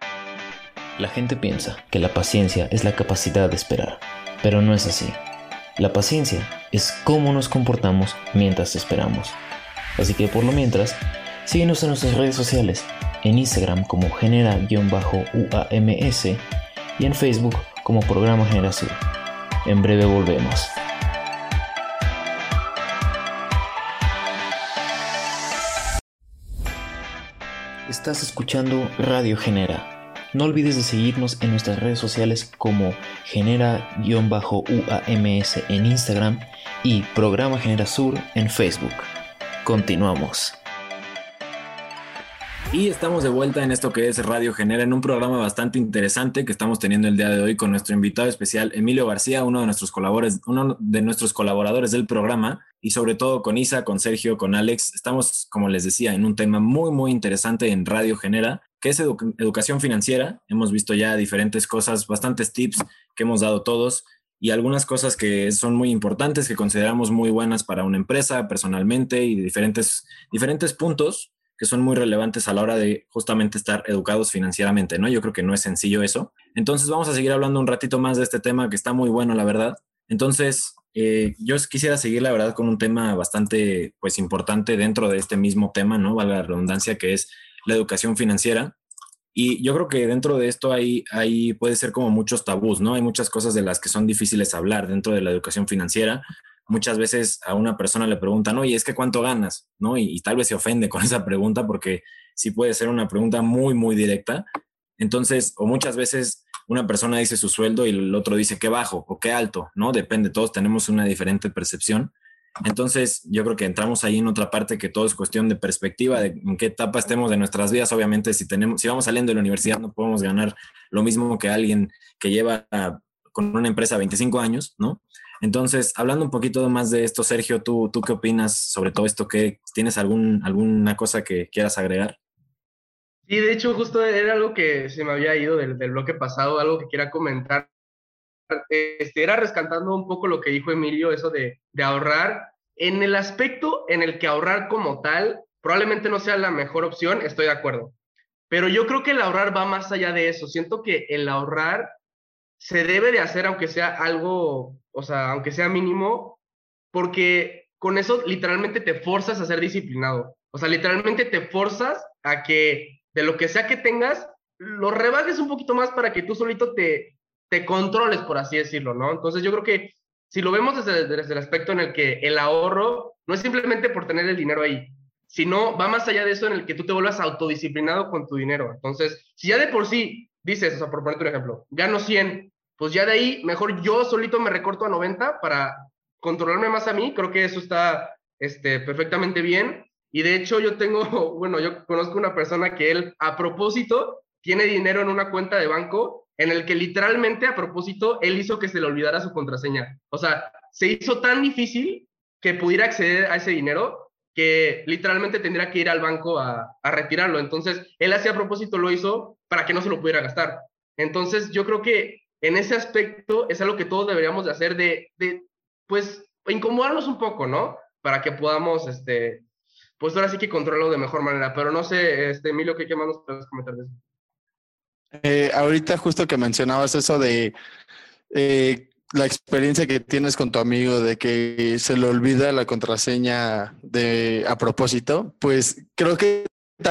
La gente piensa que la paciencia es la capacidad de esperar, pero no es así. La paciencia es cómo nos comportamos mientras esperamos. Así que por lo mientras, síguenos en nuestras redes sociales, en Instagram como genera-U A M S y en Facebook como Programa Genera Sur. En breve volvemos. Estás escuchando Radio Genera. No olvides de seguirnos en nuestras redes sociales como genera-U A M S en Instagram y Programa Genera Sur en Facebook. Continuamos. Y estamos de vuelta en esto que es Radio Genera, en un programa bastante interesante que estamos teniendo el día de hoy con nuestro invitado especial, Emilio García, uno de nuestros colaboradores, uno de nuestros colaboradores del programa, y sobre todo con Isa, con Sergio, con Alex. Estamos, como les decía, en un tema muy, muy interesante en Radio Genera, que es edu- educación financiera. Hemos visto ya diferentes cosas, bastantes tips que hemos dado todos y algunas cosas que son muy importantes, que consideramos muy buenas para una empresa personalmente y diferentes, diferentes puntos que son muy relevantes a la hora de justamente estar educados financieramente, ¿no? Yo creo que no es sencillo eso. Entonces vamos a seguir hablando un ratito más de este tema que está muy bueno, la verdad. Entonces, eh, yo quisiera seguir, la verdad, con un tema bastante, pues, importante dentro de este mismo tema, ¿no? Valga la redundancia, que es la educación financiera. Y yo creo que dentro de esto hay, hay, puede ser como muchos tabús, ¿no? Hay muchas cosas de las que son difíciles hablar dentro de la educación financiera. Muchas veces a una persona le preguntan, oye, ¿es que cuánto ganas? ¿No? Y, y tal vez se ofende con esa pregunta porque sí puede ser una pregunta muy, muy directa. Entonces, o muchas veces una persona dice su sueldo y el otro dice qué bajo o qué alto, ¿no? Depende, todos tenemos una diferente percepción. Entonces, yo creo que entramos ahí en otra parte que todo es cuestión de perspectiva, de en qué etapa estemos de nuestras vidas. Obviamente, si, tenemos, si vamos saliendo de la universidad, no podemos ganar lo mismo que alguien que lleva a, con una empresa veinticinco años, ¿no? Entonces, hablando un poquito más de esto, Sergio, ¿tú, tú qué opinas sobre todo esto? ¿Qué, ¿Tienes algún, alguna cosa que quieras agregar? Sí, de hecho, justo era algo que se me había ido del, del bloque pasado, algo que quería comentar. Este, era rescatando un poco lo que dijo Emilio, eso de, de ahorrar. En el aspecto en el que ahorrar como tal probablemente no sea la mejor opción, estoy de acuerdo. Pero yo creo que el ahorrar va más allá de eso. Siento que el ahorrar se debe de hacer aunque sea algo, o sea, aunque sea mínimo, porque con eso literalmente te forzas a ser disciplinado. O sea, literalmente te forzas a que de lo que sea que tengas, lo rebajes un poquito más para que tú solito te, te controles, por así decirlo, ¿no? Entonces yo creo que si lo vemos desde, desde el aspecto en el que el ahorro no es simplemente por tener el dinero ahí, sino va más allá de eso en el que tú te vuelvas autodisciplinado con tu dinero. Entonces, si ya de por sí dices, o sea, por ponerte un ejemplo, gano cien, pues ya de ahí mejor yo solito me recorto a noventa para controlarme más a mí. Creo que eso está este, perfectamente bien. Y de hecho yo tengo, bueno, yo conozco una persona que él a propósito tiene dinero en una cuenta de banco en el que literalmente a propósito él hizo que se le olvidara su contraseña. O sea, se hizo tan difícil que pudiera acceder a ese dinero que literalmente tendría que ir al banco a, a retirarlo. Entonces, él así a propósito lo hizo para que no se lo pudiera gastar. Entonces, yo creo que en ese aspecto es algo que todos deberíamos de hacer, de, de pues, incomodarnos un poco, ¿no? Para que podamos, este, pues ahora sí que controlarlo de mejor manera. Pero no sé, este, Emilio, ¿qué, qué más nos puedes comentar de eso? Eh, ahorita justo que mencionabas eso de eh, la experiencia que tienes con tu amigo de que se le olvida la contraseña de a propósito, pues creo que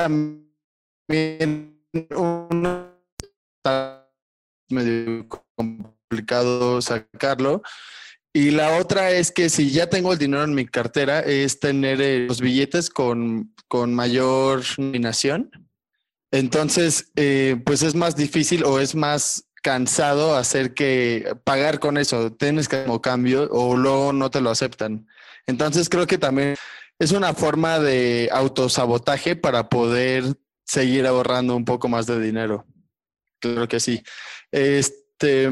también uno está medio complicado sacarlo. Y la otra es que si ya tengo el dinero en mi cartera, es tener eh, los billetes con, con mayor nominación. Entonces, eh, pues es más difícil o es más cansado hacer que pagar con eso. Tienes que como cambio o luego no te lo aceptan. Entonces creo que también es una forma de autosabotaje para poder seguir ahorrando un poco más de dinero. Creo que sí. Este,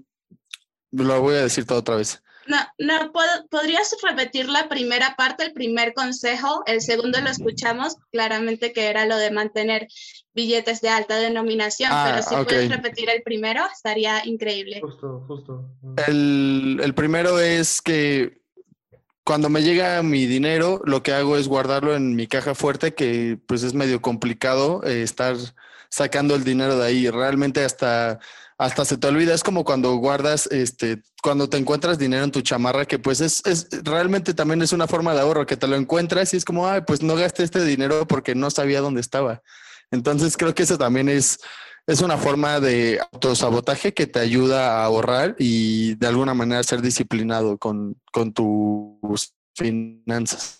lo voy a decir todo otra vez. No, no, ¿pod- ¿podrías repetir la primera parte, el primer consejo? El segundo lo escuchamos claramente que era lo de mantener billetes de alta denominación, Ah, pero si ok. puedes repetir el primero, estaría increíble. Justo, justo. El, el primero es que cuando me llega mi dinero, lo que hago es guardarlo en mi caja fuerte, que pues es medio complicado eh, estar sacando el dinero de ahí. Realmente hasta, hasta se te olvida. Es como cuando guardas, este, cuando te encuentras dinero en tu chamarra, que pues es, es realmente también es una forma de ahorro, que te lo encuentras y es como, ay, pues no gasté este dinero porque no sabía dónde estaba. Entonces creo que eso también es, es una forma de autosabotaje que te ayuda a ahorrar y de alguna manera ser disciplinado con, con tus finanzas.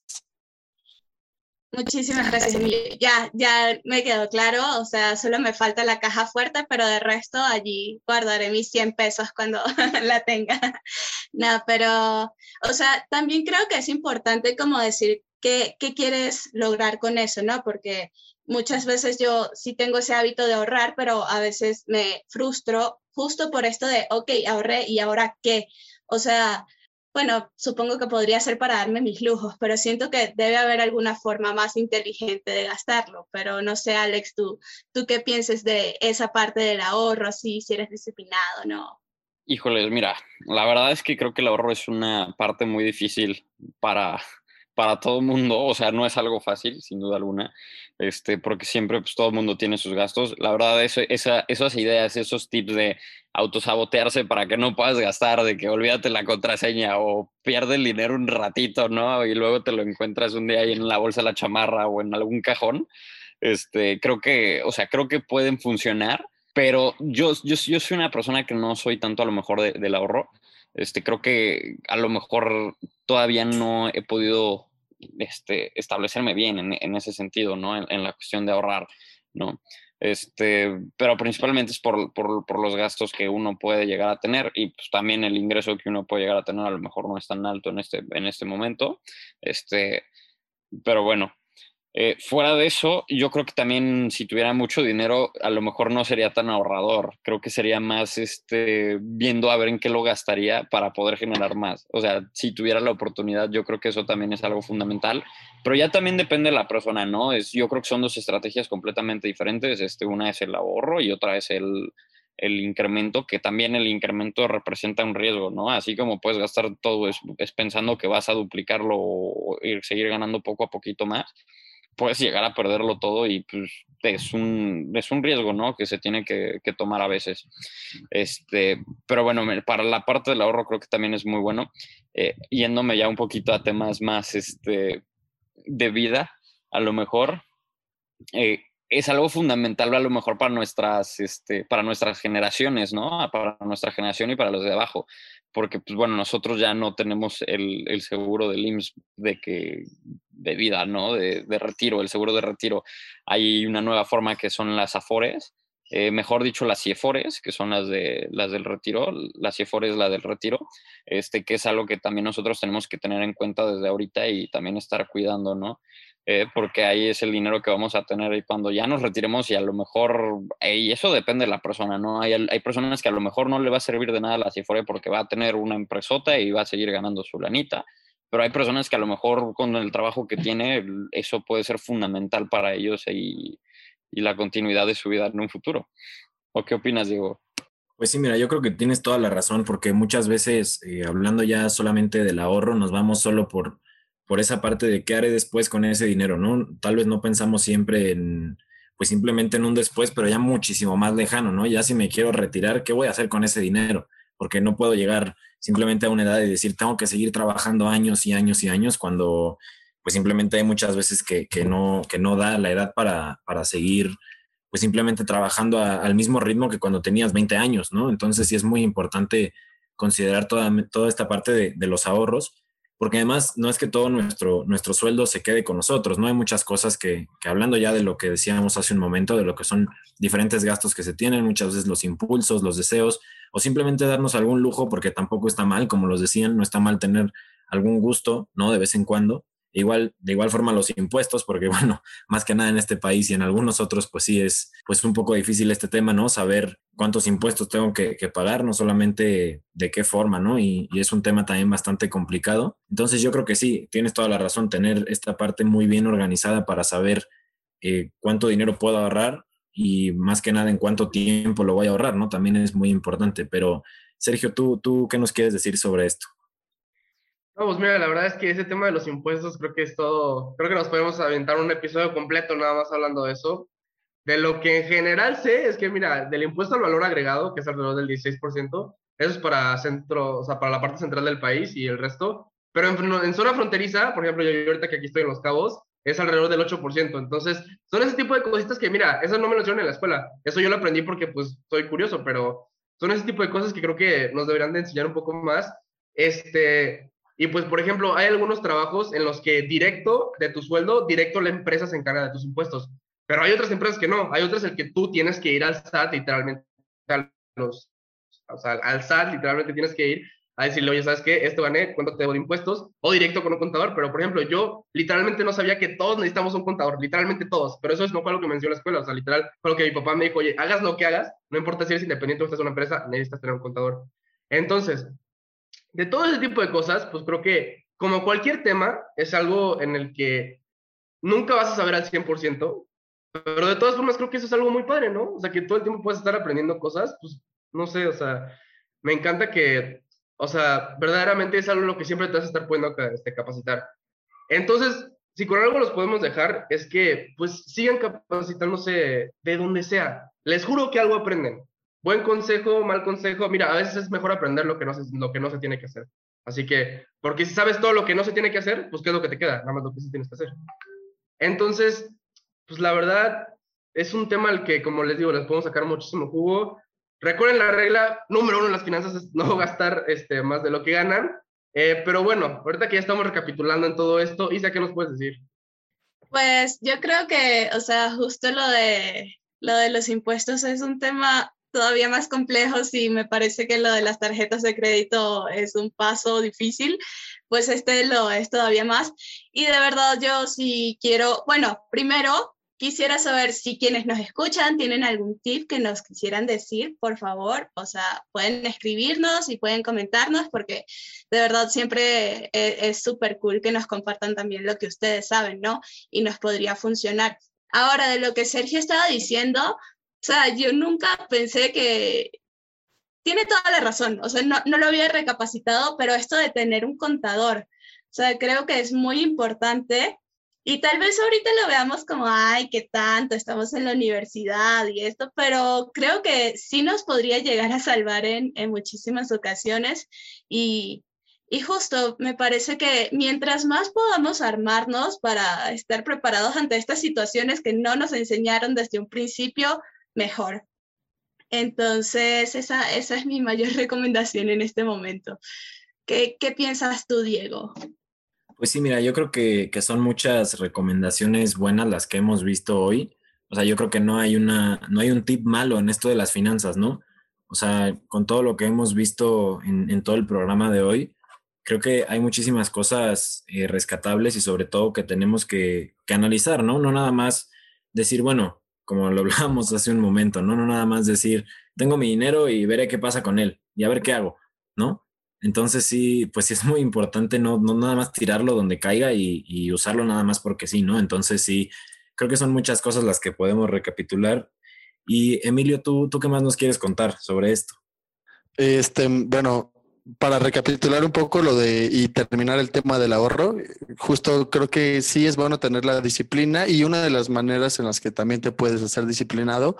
Muchísimas gracias, Emilio. Ya, ya me quedó claro, o sea, solo me falta la caja fuerte, pero de resto allí guardaré mis cien pesos cuando la tenga. No, pero, o sea, también creo que es importante como decir qué, qué quieres lograr con eso, ¿no? Porque muchas veces yo sí tengo ese hábito de ahorrar, pero a veces me frustro justo por esto de, ok, ahorré y ahora qué. O sea, bueno, supongo que podría ser para darme mis lujos, pero siento que debe haber alguna forma más inteligente de gastarlo. Pero no sé, Alex, ¿tú, tú qué piensas de esa parte del ahorro? Si, si eres disciplinado, ¿no? Híjoles, mira, la verdad es que creo que el ahorro es una parte muy difícil para, para todo el mundo, o sea, no es algo fácil, sin duda alguna, este, porque siempre pues, todo el mundo tiene sus gastos. La verdad, eso, esa, esas ideas, esos tips de autosabotearse para que no puedas gastar, de que olvídate la contraseña o pierde el dinero un ratito, ¿no? Y luego te lo encuentras un día ahí en la bolsa de la chamarra o en algún cajón, este, creo que, o sea, creo que pueden funcionar. Pero yo, yo, yo soy una persona que no soy tanto a lo mejor de, del ahorro. Este, creo que a lo mejor todavía no he podido este, establecerme bien en, en ese sentido, ¿no? En, en la cuestión de ahorrar, ¿no? Este, pero principalmente es por, por, por los gastos que uno puede llegar a tener y pues también el ingreso que uno puede llegar a tener a lo mejor no es tan alto en este, en este momento. Este, pero bueno, eh, fuera de eso, yo creo que también si tuviera mucho dinero, a lo mejor no sería tan ahorrador. Creo que sería más este, viendo a ver en qué lo gastaría para poder generar más. O sea, si tuviera la oportunidad, yo creo que eso también es algo fundamental. Pero ya también depende de la persona, ¿no? Es, yo creo que son dos estrategias completamente diferentes. Este, una es el ahorro y otra es el, el incremento, que también el incremento representa un riesgo, ¿no? Así como puedes gastar todo es, es pensando que vas a duplicarlo o ir, seguir ganando poco a poquito más, puedes llegar a perderlo todo y pues es un, es un riesgo, ¿no? Que se tiene que, que tomar a veces. Este, pero bueno, para la parte del ahorro creo que también es muy bueno. Eh, yéndome ya un poquito a temas más este, de vida, a lo mejor, eh, es algo fundamental a lo mejor para nuestras, este, para nuestras generaciones, ¿no? Para nuestra generación y para los de abajo. Porque, pues bueno, nosotros ya no tenemos el, el seguro del I M S S de, que, de vida, ¿no? De, de retiro, el seguro de retiro. Hay una nueva forma que son las AFORES, eh, mejor dicho, las CIEFORES, que son las, de, las del retiro. La CIEFORES es la del retiro, este, que es algo que también nosotros tenemos que tener en cuenta desde ahorita y también estar cuidando, ¿no? Eh, porque ahí es el dinero que vamos a tener y cuando ya nos retiremos y a lo mejor, eh, y eso depende de la persona, ¿no? Hay, hay personas que a lo mejor no le va a servir de nada la CIFORE porque va a tener una empresota y va a seguir ganando su lanita, pero hay personas que a lo mejor con el trabajo que tiene, eso puede ser fundamental para ellos y, y la continuidad de su vida en un futuro. ¿O qué opinas, Diego? Pues sí, mira, yo creo que tienes toda la razón, porque muchas veces, eh, hablando ya solamente del ahorro, nos vamos solo por, por esa parte de qué haré después con ese dinero, ¿no? Tal vez no pensamos siempre en, pues simplemente en un después, pero ya muchísimo más lejano, ¿no? Ya si me quiero retirar, ¿qué voy a hacer con ese dinero? Porque no puedo llegar simplemente a una edad y decir, tengo que seguir trabajando años y años y años, cuando pues simplemente hay muchas veces que, que, no, que no da la edad para, para seguir pues simplemente trabajando a, al mismo ritmo que cuando tenías veinte años, ¿no? Entonces sí es muy importante considerar toda, toda esta parte de, de los ahorros, porque además no es que todo nuestro, nuestro sueldo se quede con nosotros, ¿no? Hay muchas cosas que, que hablando ya de lo que decíamos hace un momento, de lo que son diferentes gastos que se tienen, muchas veces los impulsos, los deseos, o simplemente darnos algún lujo, porque tampoco está mal, como los decían, no está mal tener algún gusto, ¿no? De vez en cuando. Igual, de igual forma los impuestos, porque bueno, más que nada en este país y en algunos otros, pues sí es pues un poco difícil este tema, ¿no? Saber cuántos impuestos tengo que, que pagar, no solamente de qué forma, ¿no? Y, y es un tema también bastante complicado. Entonces yo creo que sí, tienes toda la razón, tener esta parte muy bien organizada para saber eh, cuánto dinero puedo ahorrar y más que nada en cuánto tiempo lo voy a ahorrar, ¿no? También es muy importante. Pero Sergio, ¿tú, tú qué nos quieres decir sobre esto? No, pues mira, la verdad es que ese tema de los impuestos creo que es todo, creo que nos podemos aventar un episodio completo nada más hablando de eso. De lo que en general sé es que, mira, del impuesto al valor agregado, que es alrededor del dieciséis por ciento, eso es para centro, o sea, para la parte central del país y el resto. Pero en, en zona fronteriza, por ejemplo, yo, yo ahorita que aquí estoy en Los Cabos, es alrededor del ocho por ciento. Entonces, son ese tipo de cositas que, mira, eso no me lo enseñaron en la escuela. Eso yo lo aprendí porque, pues, soy curioso, pero son ese tipo de cosas que creo que nos deberían de enseñar un poco más. Este, y pues, por ejemplo, hay algunos trabajos en los que directo de tu sueldo, directo la empresa se encarga de tus impuestos. Pero hay otras empresas que no. Hay otras en que tú tienes que ir al S A T, literalmente, a los, o sea, al S A T, literalmente tienes que ir a decirle, oye, ¿sabes qué? Esto gané, ¿cuánto te debo de impuestos? O directo con un contador. Pero, por ejemplo, yo literalmente no sabía que todos necesitamos un contador, literalmente todos. Pero eso no fue lo que me enseñó la escuela. O sea, literal, fue lo que mi papá me dijo, oye, hagas lo que hagas, no importa si eres independiente o estás en una empresa, necesitas tener un contador. Entonces, de todo ese tipo de cosas, pues creo que, como cualquier tema, es algo en el que nunca vas a saber al cien por ciento, pero de todas formas creo que eso es algo muy padre, ¿no? O sea, que todo el tiempo puedes estar aprendiendo cosas, pues, no sé, o sea, me encanta que, o sea, verdaderamente es algo en lo que siempre te vas a estar pudiendo este, capacitar. Entonces, si con algo los podemos dejar, es que, pues, sigan capacitándose de donde sea. Les juro que algo aprenden. Buen consejo, mal consejo, mira, a veces es mejor aprender lo que no se, lo que no se tiene que hacer. Así que, porque si sabes todo lo que no se tiene que hacer, pues, ¿qué es lo que te queda? Nada más lo que sí tienes que hacer. Entonces, pues la verdad, es un tema al que, como les digo, les podemos sacar muchísimo jugo. Recuerden la regla número uno en las finanzas es no gastar este, más de lo que ganan. Eh, pero bueno, ahorita que ya estamos recapitulando en todo esto, Isa, ¿qué nos puedes decir? Pues yo creo que, o sea, justo lo de, lo de los impuestos es un tema todavía más complejo. Sí, me parece que lo de las tarjetas de crédito es un paso difícil, pues este lo es todavía más. Y de verdad yo sí quiero, bueno, primero quisiera saber si quienes nos escuchan tienen algún tip que nos quisieran decir, por favor. O sea, pueden escribirnos y pueden comentarnos, porque de verdad siempre es súper cool que nos compartan también lo que ustedes saben, ¿no? Y nos podría funcionar. Ahora, de lo que Sergio estaba diciendo, o sea, yo nunca pensé que... Tiene toda la razón, o sea, no, no lo había recapacitado, pero esto de tener un contador, o sea, creo que es muy importante. Y tal vez ahorita lo veamos como, ay, qué tanto, estamos en la universidad y esto, pero creo que sí nos podría llegar a salvar en, en muchísimas ocasiones. Y, y justo me parece que mientras más podamos armarnos para estar preparados ante estas situaciones que no nos enseñaron desde un principio, mejor. Entonces, esa, esa es mi mayor recomendación en este momento. ¿Qué, qué piensas tú, Diego? Pues sí, mira, yo creo que, que son muchas recomendaciones buenas las que hemos visto hoy. O sea, yo creo que no hay una, no hay un tip malo en esto de las finanzas, ¿no? O sea, con todo lo que hemos visto en, en todo el programa de hoy, creo que hay muchísimas cosas eh, rescatables y sobre todo que tenemos que, que analizar, ¿no? No nada más decir, bueno, como lo hablábamos hace un momento, ¿no? No nada más decir, tengo mi dinero y veré qué pasa con él y a ver qué hago, ¿no? Entonces sí, pues sí es muy importante no, no nada más tirarlo donde caiga y, y usarlo nada más porque sí, ¿no? Entonces sí, creo que son muchas cosas las que podemos recapitular. Y Emilio, ¿tú, tú qué más nos quieres contar sobre esto? Este, bueno, para recapitular un poco lo de y terminar el tema del ahorro, justo creo que sí es bueno tener la disciplina, y una de las maneras en las que también te puedes hacer disciplinado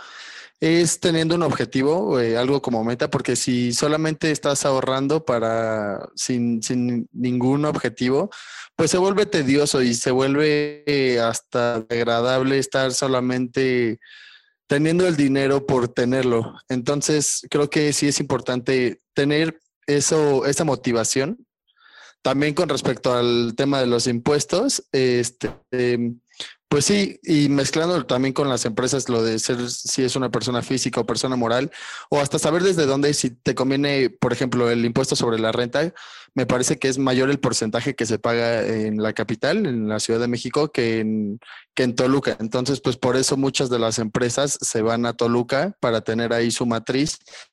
es teniendo un objetivo, eh, algo como meta, porque si solamente estás ahorrando para sin, sin ningún objetivo, pues se vuelve tedioso y se vuelve eh, hasta agradable estar solamente teniendo el dinero por tenerlo. Entonces, creo que sí es importante tener eso, esa motivación. También con respecto al tema de los impuestos, este, eh, pues sí, y mezclando también con las empresas, lo de ser si es una persona física o persona moral, o hasta saber desde dónde, si te conviene, por ejemplo, el impuesto sobre la renta, me parece que es mayor el porcentaje que se paga en la capital, en la Ciudad de México, que en, que en Toluca. Entonces, pues por eso muchas de las empresas se van a Toluca para tener ahí su matriz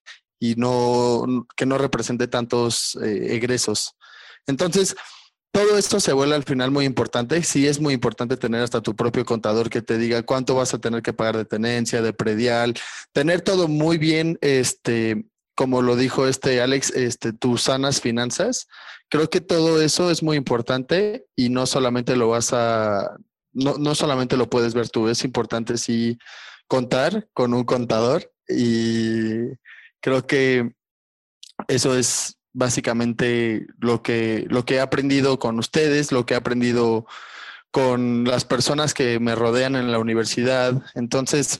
y no, que no represente tantos eh, egresos. Entonces, todo esto se vuelve al final muy importante. Sí es muy importante tener hasta tu propio contador que te diga cuánto vas a tener que pagar de tenencia, de predial, tener todo muy bien, este, como lo dijo este Alex, este, tus sanas finanzas. Creo que todo eso es muy importante y no solamente lo vas a, no, no solamente lo puedes ver tú, es importante sí contar con un contador y creo que eso es básicamente lo que, lo que he aprendido con ustedes, lo que he aprendido con las personas que me rodean en la universidad. Entonces,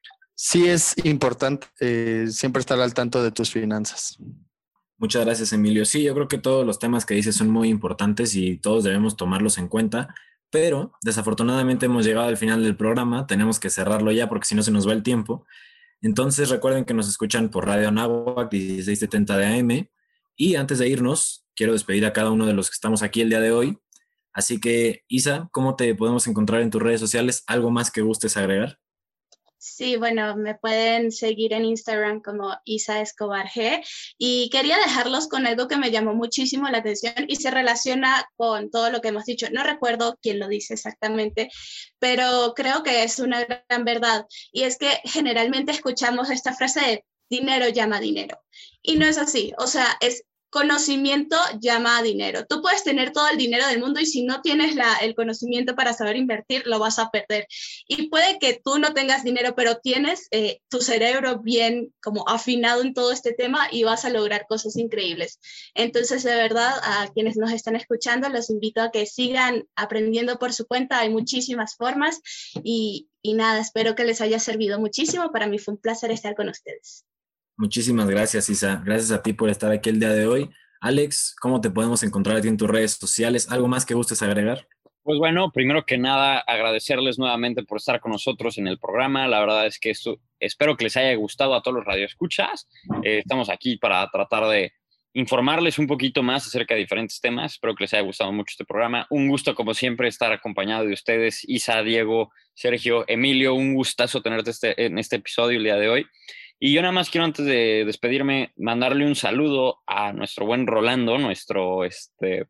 sí es importante eh, siempre estar al tanto de tus finanzas. Muchas gracias, Emilio. Sí, yo creo que todos los temas que dices son muy importantes y todos debemos tomarlos en cuenta, pero desafortunadamente hemos llegado al final del programa, tenemos que cerrarlo ya porque si no se nos va el tiempo. Entonces recuerden que nos escuchan por Radio Anáhuac dieciséis setenta de A M y antes de irnos quiero despedir a cada uno de los que estamos aquí el día de hoy. Así que, Isa, ¿cómo te podemos encontrar en tus redes sociales? ¿Algo más que gustes agregar? Sí, bueno, me pueden seguir en Instagram como Isa Escobar G y quería dejarlos con algo que me llamó muchísimo la atención y se relaciona con todo lo que hemos dicho. No recuerdo quién lo dice exactamente, pero creo que es una gran verdad y es que generalmente escuchamos esta frase de dinero llama dinero y no es así, o sea, es conocimiento llama a dinero. Tú puedes tener todo el dinero del mundo y si no tienes la, el conocimiento para saber invertir, lo vas a perder. Y puede que tú no tengas dinero, pero tienes eh, tu cerebro bien como afinado en todo este tema y vas a lograr cosas increíbles. Entonces, de verdad, a quienes nos están escuchando, los invito a que sigan aprendiendo por su cuenta. Hay muchísimas formas y, y nada, espero que les haya servido muchísimo. Para mí fue un placer estar con ustedes. Muchísimas gracias, Isa. Gracias a ti por estar aquí el día de hoy. Alex, ¿cómo te podemos encontrar aquí en tus redes sociales? ¿Algo más que gustes agregar? Pues bueno, primero que nada, agradecerles nuevamente por estar con nosotros en el programa. La verdad es que esto, espero que les haya gustado a todos los radioescuchas. Eh, estamos aquí para tratar de informarles un poquito más acerca de diferentes temas. Espero que les haya gustado mucho este programa. Un gusto, como siempre, estar acompañado de ustedes, Isa, Diego, Sergio, Emilio. Un gustazo tenerte este, en este episodio el día de hoy. Y yo nada más quiero, antes de despedirme, mandarle un saludo a nuestro buen Rolando, nuestro, este,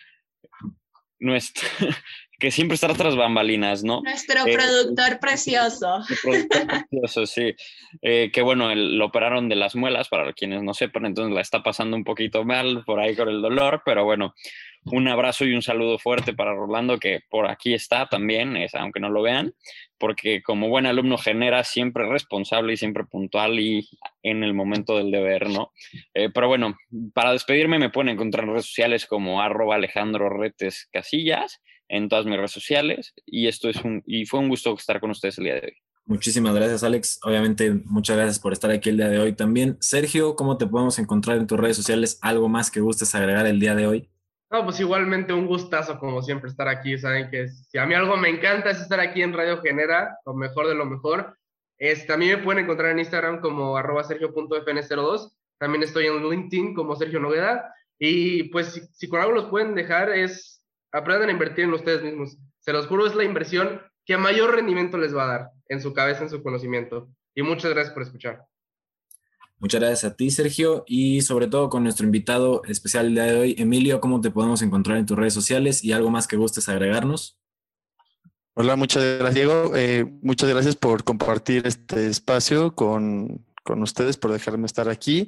nuestro, que siempre está tras bambalinas, ¿no? Nuestro eh, productor precioso. Nuestro productor precioso, sí. Eh, que bueno, el, lo operaron de las muelas, para quienes no sepan, entonces la está pasando un poquito mal por ahí con el dolor, pero bueno, un abrazo y un saludo fuerte para Rolando, que por aquí está también, es, aunque no lo vean, porque como buen alumno genera siempre responsable y siempre puntual y en el momento del deber, ¿no? Eh, pero bueno, para despedirme me pueden encontrar en redes sociales como arroba Alejandro Retes Casillas, en todas mis redes sociales, y esto es un, y fue un gusto estar con ustedes el día de hoy. Muchísimas gracias, Alex. Obviamente, muchas gracias por estar aquí el día de hoy también. Sergio, ¿cómo te podemos encontrar en tus redes sociales? ¿Algo más que gustes agregar el día de hoy? No, pues igualmente un gustazo como siempre estar aquí. Saben que si a mí algo me encanta es estar aquí en Radio Genera, lo mejor de lo mejor. Este, también me pueden encontrar en Instagram como arroba sergio punto f n cero dos. También estoy en LinkedIn como Sergio Nogueda. Y pues si, si con algo los pueden dejar es aprendan a invertir en ustedes mismos. Se los juro, es la inversión que mayor rendimiento les va a dar en su cabeza, en su conocimiento. Y muchas gracias por escuchar. Muchas gracias a ti, Sergio, y sobre todo con nuestro invitado especial el día de hoy, Emilio, ¿cómo te podemos encontrar en tus redes sociales y algo más que gustes agregarnos? Hola, muchas gracias, Diego. Eh, muchas gracias por compartir este espacio con, con ustedes, por dejarme estar aquí.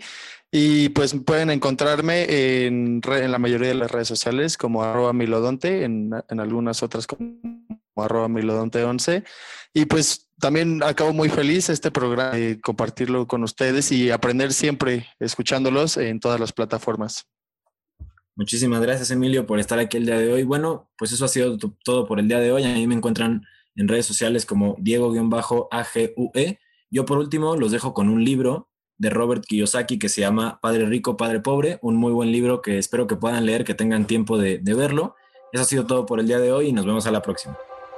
Y pues pueden encontrarme en, re, en la mayoría de las redes sociales como arroba milodonte, en, en algunas otras como arroba milodonte once. Y pues también acabo muy feliz este programa de compartirlo con ustedes y aprender siempre escuchándolos en todas las plataformas. Muchísimas gracias, Emilio, por estar aquí el día de hoy. Bueno, pues eso ha sido todo por el día de hoy. A mí me encuentran en redes sociales como Diego-A G U E. Yo por último los dejo con un libro de Robert Kiyosaki que se llama Padre Rico, Padre Pobre. Un muy buen libro que espero que puedan leer, que tengan tiempo de, de verlo. Eso ha sido todo por el día de hoy y nos vemos a la próxima.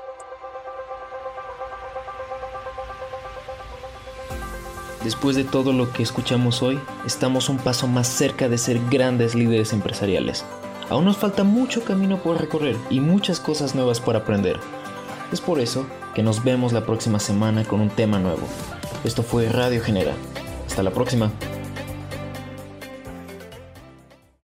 Después de todo lo que escuchamos hoy, estamos un paso más cerca de ser grandes líderes empresariales. Aún nos falta mucho camino por recorrer y muchas cosas nuevas por aprender. Es por eso que nos vemos la próxima semana con un tema nuevo. Esto fue Radio Genera. Hasta la próxima.